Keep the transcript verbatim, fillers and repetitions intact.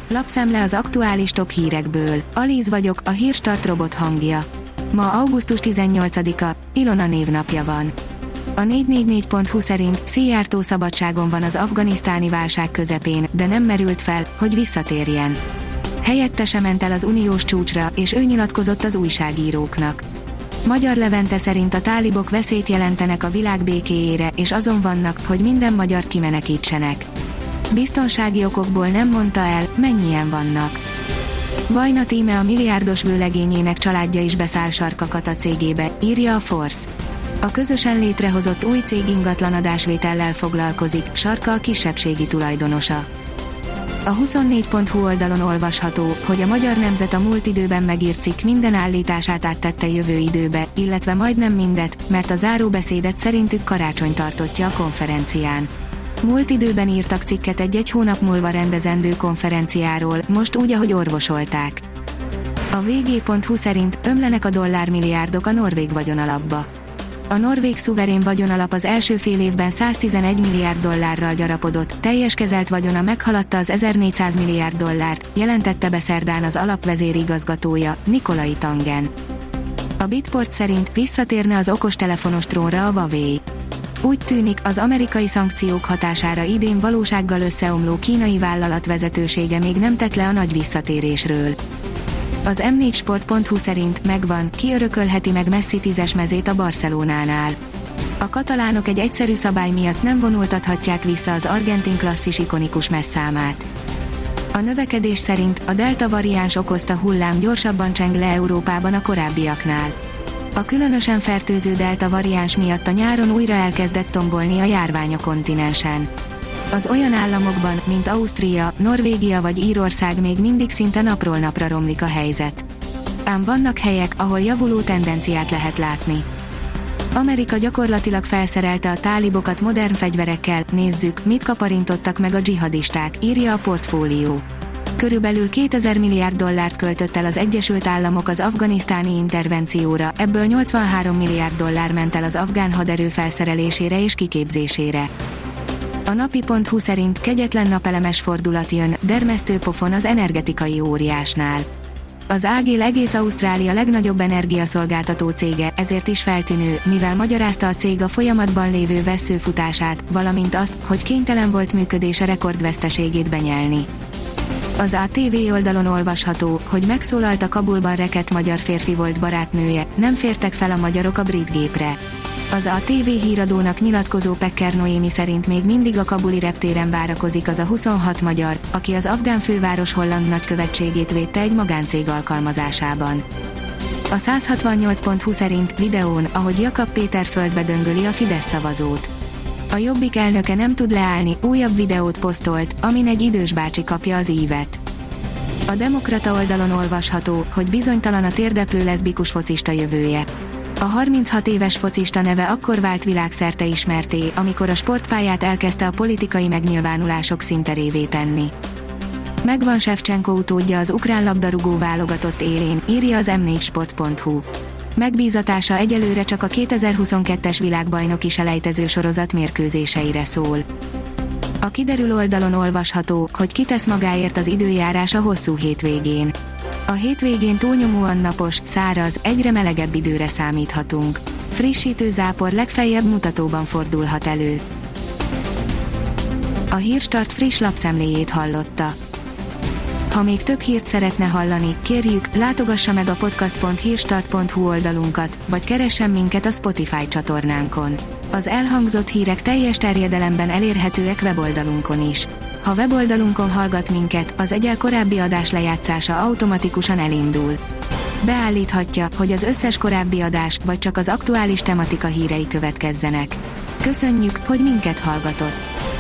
Lapszemle az aktuális top hírekből. Alíz vagyok, a Hírstart robot hangja. Ma augusztus tizennyolcadika, Ilona névnapja van. A négy négy négy pont hu szerint Szijjártó szabadságon van az afganisztáni válság közepén, de nem merült fel, hogy visszatérjen. Helyettese ment el az uniós csúcsra, és ő nyilatkozott az újságíróknak. Magyar Levente szerint a tálibok veszélyt jelentenek a világ békéjére, és azon vannak, hogy minden magyart kimenekítsenek. Biztonsági okokból nem mondta el, mennyien vannak. Vajna tíme a milliárdos vőlegényének családja is beszáll sarkakat a cégébe, írja a Force. A közösen létrehozott új cég ingatlan adásvétellel foglalkozik, Sarka a kisebbségi tulajdonosa. A huszonnégy pont hu oldalon olvasható, hogy a Magyar Nemzet a múlt időben megírt cikk minden állítását áttette jövő időbe, illetve majdnem mindet, mert a záróbeszédet szerintük Karácsony tartottja a konferencián. Múlt időben írtak cikket egy egy hónap múlva rendezendő konferenciáról, most úgy, ahogy orvosolták. A vg pont hu szerint ömlenek a dollármilliárdok a norvég vagyonalapba. A norvég szuverén vagyonalap az első fél évben száztizenegy milliárd dollárral gyarapodott, teljes kezelt vagyona meghaladta az ezernégyszáz milliárd dollárt, jelentette be szerdán az alap vezérigazgatója, Nikolai Tangen. A Bitport szerint visszatérne az okostelefonos trónra a Huawei. Úgy tűnik, az amerikai szankciók hatására idén valósággal összeomló kínai vállalat vezetősége még nem tett le a nagy visszatérésről. Az em négy sport pont hu szerint megvan, ki örökölheti meg Messi tízes mezét a Barcelonánál. A katalánok egy egyszerű szabály miatt nem vonultathatják vissza az argentin klasszis ikonikus messzámát. A növekedés szerint a delta variáns okozta hullám gyorsabban cseng le Európában a korábbiaknál. A különösen fertőző delta variáns miatt a nyáron újra elkezdett tombolni a járvány a kontinensen. Az olyan államokban, mint Ausztria, Norvégia vagy Írország még mindig szinte napról napra romlik a helyzet. Ám vannak helyek, ahol javuló tendenciát lehet látni. Amerika gyakorlatilag felszerelte a tálibokat modern fegyverekkel, nézzük, mit kaparintottak meg a dzsihadisták, írja a Portfólió. Körülbelül kétezer milliárd dollárt költött el az Egyesült Államok az afganisztáni intervencióra, ebből nyolcvanhárom milliárd dollár ment el az afgán haderő felszerelésére és kiképzésére. A napi pont hu szerint kegyetlen napelemes fordulat jön, dermesztő pofon az energetikai óriásnál. Az á gé egész Ausztrália legnagyobb energiaszolgáltató cége, ezért is feltűnő, mivel magyarázta a cég a folyamatban lévő vesszőfutását, valamint azt, hogy kénytelen volt működése rekordveszteségét benyelni. Az á té vé oldalon olvasható, hogy megszólalt a Kabulban rekedt magyar férfi volt barátnője, nem fértek fel a magyarok a brit gépre. Az á té vé híradónak nyilatkozó Pekker Noémi szerint még mindig a kabuli reptéren várakozik az a huszonhat magyar, aki az afgán főváros holland nagykövetségét védte egy magáncég alkalmazásában. A száz hatvannyolc pont hu szerint videón, ahogy Jakab Péter földbe döngöli a Fidesz szavazót. A Jobbik elnöke nem tud leállni, újabb videót posztolt, amin egy idős bácsi kapja az ívet. A Demokrata oldalon olvasható, hogy bizonytalan a térdeplő leszbikus focista jövője. A harminchat éves focista neve akkor vált világszerte ismertté, amikor a sportpályát elkezdte a politikai megnyilvánulások színterévé tenni. Megvan Shevchenko utódja az ukrán labdarúgó válogatott élén, írja az em négy sport pont hu. Megbízatása egyelőre csak a kétezer-huszonkettes világbajnoki selejtező sorozat mérkőzéseire szól. A kiderül oldalon olvasható, hogy kitesz magáért az időjárás a hosszú hétvégén. A hétvégén túlnyomóan napos, száraz, egyre melegebb időre számíthatunk. Frissítő zápor legfeljebb mutatóban fordulhat elő. A Hírstart friss lapszemléjét hallotta. Ha még több hírt szeretne hallani, kérjük, látogassa meg a podcast pont hírstart pont hu oldalunkat, vagy keressen minket a Spotify csatornánkon. Az elhangzott hírek teljes terjedelemben elérhetőek weboldalunkon is. Ha weboldalunkon hallgat minket, az egyel korábbi adás lejátszása automatikusan elindul. Beállíthatja, hogy az összes korábbi adás, vagy csak az aktuális tematika hírei következzenek. Köszönjük, hogy minket hallgatott!